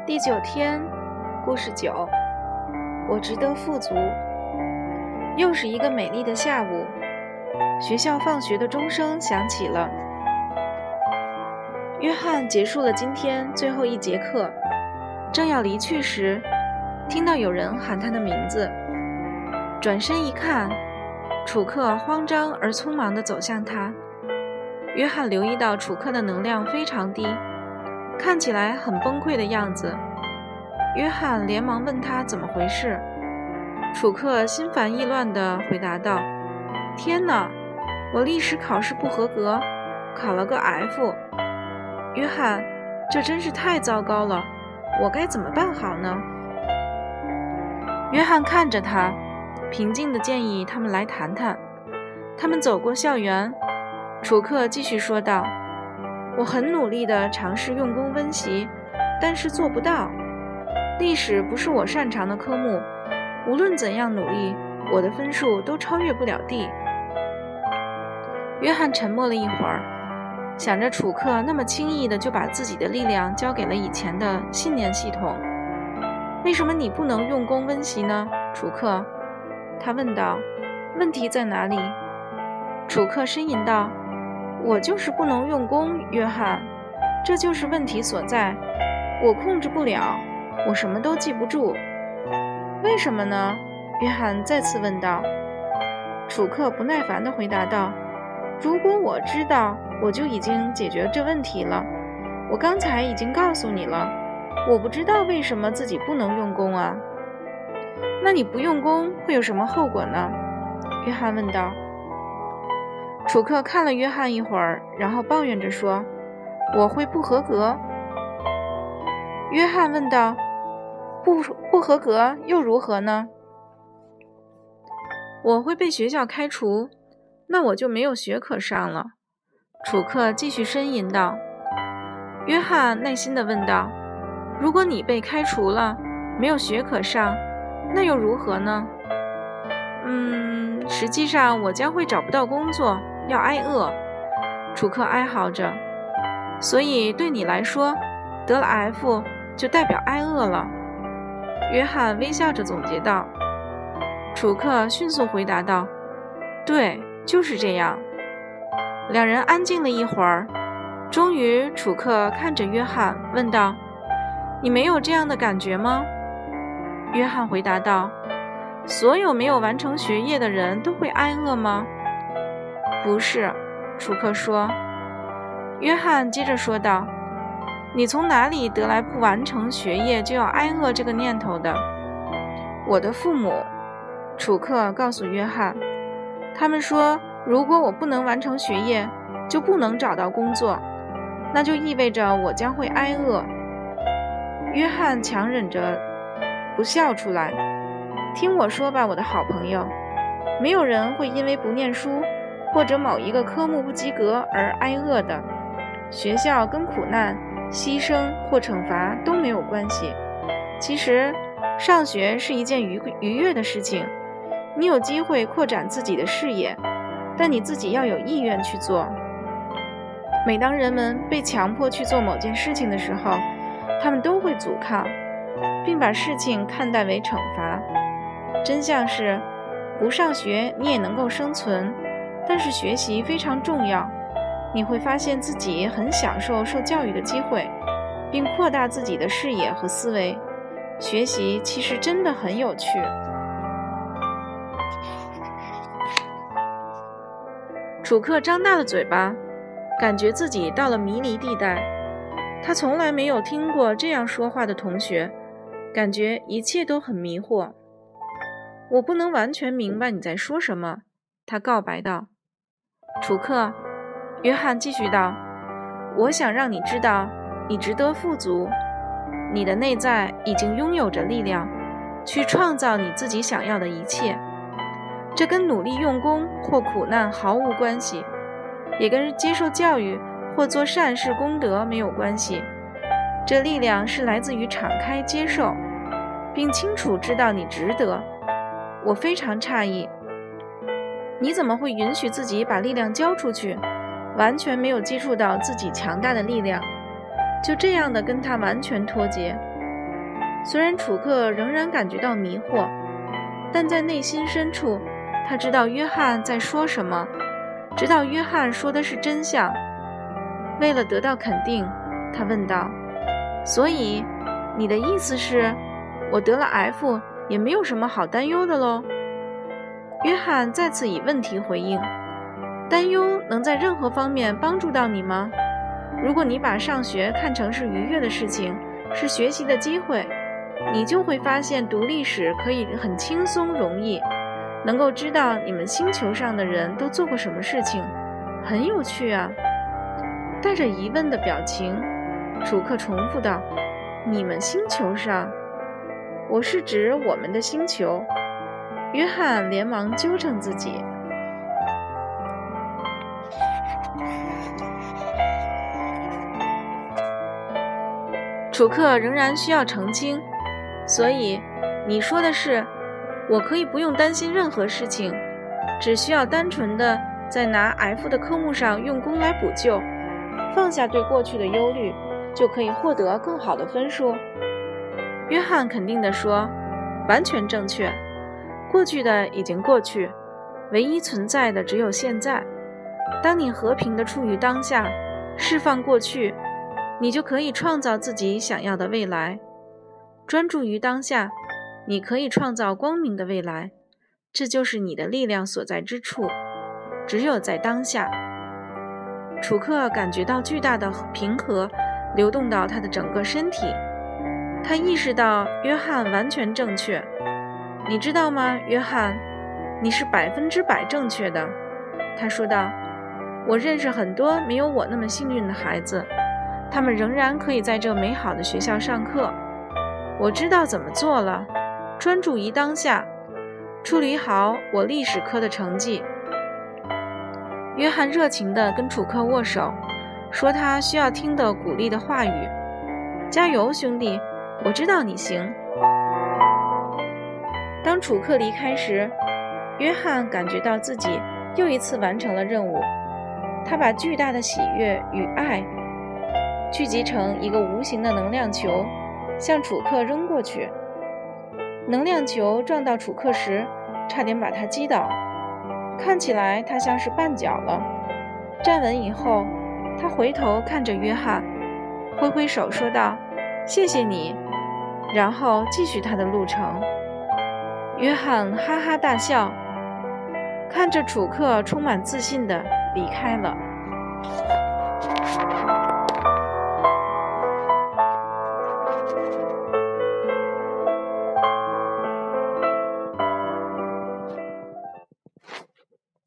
第9天，故事9，我值得富足。又是一个美丽的下午，学校放学的钟声响起了。约翰结束了今天最后一节课，正要离去时，听到有人喊他的名字。转身一看，楚克慌张而匆忙地走向他。约翰留意到楚克的能量非常低，看起来很崩溃的样子。约翰连忙问他怎么回事。楚克心烦意乱地回答道：天哪，我历史考试不合格，考了个 F。 约翰，这真是太糟糕了，我该怎么办好呢？约翰看着他，平静地建议他们来谈谈。他们走过校园，楚克继续说道：我很努力地尝试用功温习，但是做不到。历史不是我擅长的科目，无论怎样努力，我的分数都超越不了D。约翰沉默了一会儿，想着楚克那么轻易地就把自己的力量交给了以前的信念系统。为什么你不能用功温习呢，楚克？他问道。问题在哪里？楚克呻吟道：我就是不能用功，约翰，这就是问题所在。我控制不了，我什么都记不住。为什么呢？约翰再次问道。楚克不耐烦地回答道：如果我知道，我就已经解决这问题了。我刚才已经告诉你了，我不知道为什么自己不能用功啊。那你不用功会有什么后果呢？约翰问道。楚克看了约翰一会儿，然后抱怨着说：我会不合格。约翰问道：不合格又如何呢？我会被学校开除，那我就没有学可上了。楚克继续呻吟道。约翰耐心地问道：如果你被开除了，没有学可上，那又如何呢？实际上我将会找不到工作，要挨饿。楚克哀嚎着。所以对你来说，得了 F 就代表挨饿了。约翰微笑着总结道。楚克迅速回答道：对，就是这样。两人安静了一会儿，终于楚克看着约翰问道：你没有这样的感觉吗？约翰回答道：所有没有完成学业的人都会挨饿吗？不是，楚克说。约翰接着说道：你从哪里得来不完成学业就要挨饿这个念头的？我的父母，楚克告诉约翰，他们说如果我不能完成学业，就不能找到工作，那就意味着我将会挨饿。约翰强忍着不笑出来。听我说吧，我的好朋友，没有人会因为不念书或者某一个科目不及格而挨饿的。学校跟苦难、牺牲或惩罚都没有关系。其实上学是一件愉悦的事情，你有机会扩展自己的视野，但你自己要有意愿去做。每当人们被强迫去做某件事情的时候，他们都会阻抗，并把事情看待为惩罚。真相是，不上学你也能够生存，但是学习非常重要。你会发现自己很享受受教育的机会，并扩大自己的视野和思维。学习其实真的很有趣。楚克张大了嘴巴，感觉自己到了迷离地带。他从来没有听过这样说话的同学，感觉一切都很迷惑。我不能完全明白你在说什么，他告白道。楚克，约翰继续道，我想让你知道，你值得富足。你的内在已经拥有着力量，去创造你自己想要的一切。这跟努力用功或苦难毫无关系，也跟接受教育或做善事功德没有关系。这力量是来自于敞开接受，并清楚知道你值得。我非常诧异，你怎么会允许自己把力量交出去，完全没有接触到自己强大的力量，就这样的跟他完全脱节？ 虽然楚克仍然感觉到迷惑，但在内心深处，他知道约翰在说什么，知道约翰说的是真相。为了得到肯定，他问道：所以你的意思是，我得了 F 也没有什么好担忧的咯？约翰再次以问题回应：担忧能在任何方面帮助到你吗？如果你把上学看成是愉悦的事情，是学习的机会，你就会发现读历史可以很轻松容易，能够知道你们星球上的人都做过什么事情，很有趣啊。带着疑问的表情，楚克重复道：你们星球上？我是指我们的星球。约翰连忙纠正自己。楚克仍然需要澄清，所以你说的是，我可以不用担心任何事情，只需要单纯的在拿 F 的科目上用功来补救，放下对过去的忧虑，就可以获得更好的分数。约翰肯定地说：完全正确，过去的已经过去，唯一存在的只有现在。当你和平地处于当下，释放过去，你就可以创造自己想要的未来。专注于当下，你可以创造光明的未来，这就是你的力量所在之处，只有在当下。楚克感觉到巨大的平和流动到他的整个身体，他意识到约翰完全正确。你知道吗，约翰，你是100%正确的，他说道。我认识很多没有我那么幸运的孩子，他们仍然可以在这美好的学校上课。我知道怎么做了，专注于当下，处理好我历史科的成绩。约翰热情地跟楚克握手，说他需要听的鼓励的话语。加油，兄弟，我知道你行。当楚克离开时，约翰感觉到自己又一次完成了任务。他把巨大的喜悦与爱聚集成一个无形的能量球，向楚克扔过去。能量球撞到楚克时，差点把他击倒，看起来他像是绊脚了。站稳以后，他回头看着约翰，挥挥手说道：谢谢你，然后继续他的路程。约翰哈哈大笑，看着楚克充满自信地离开了。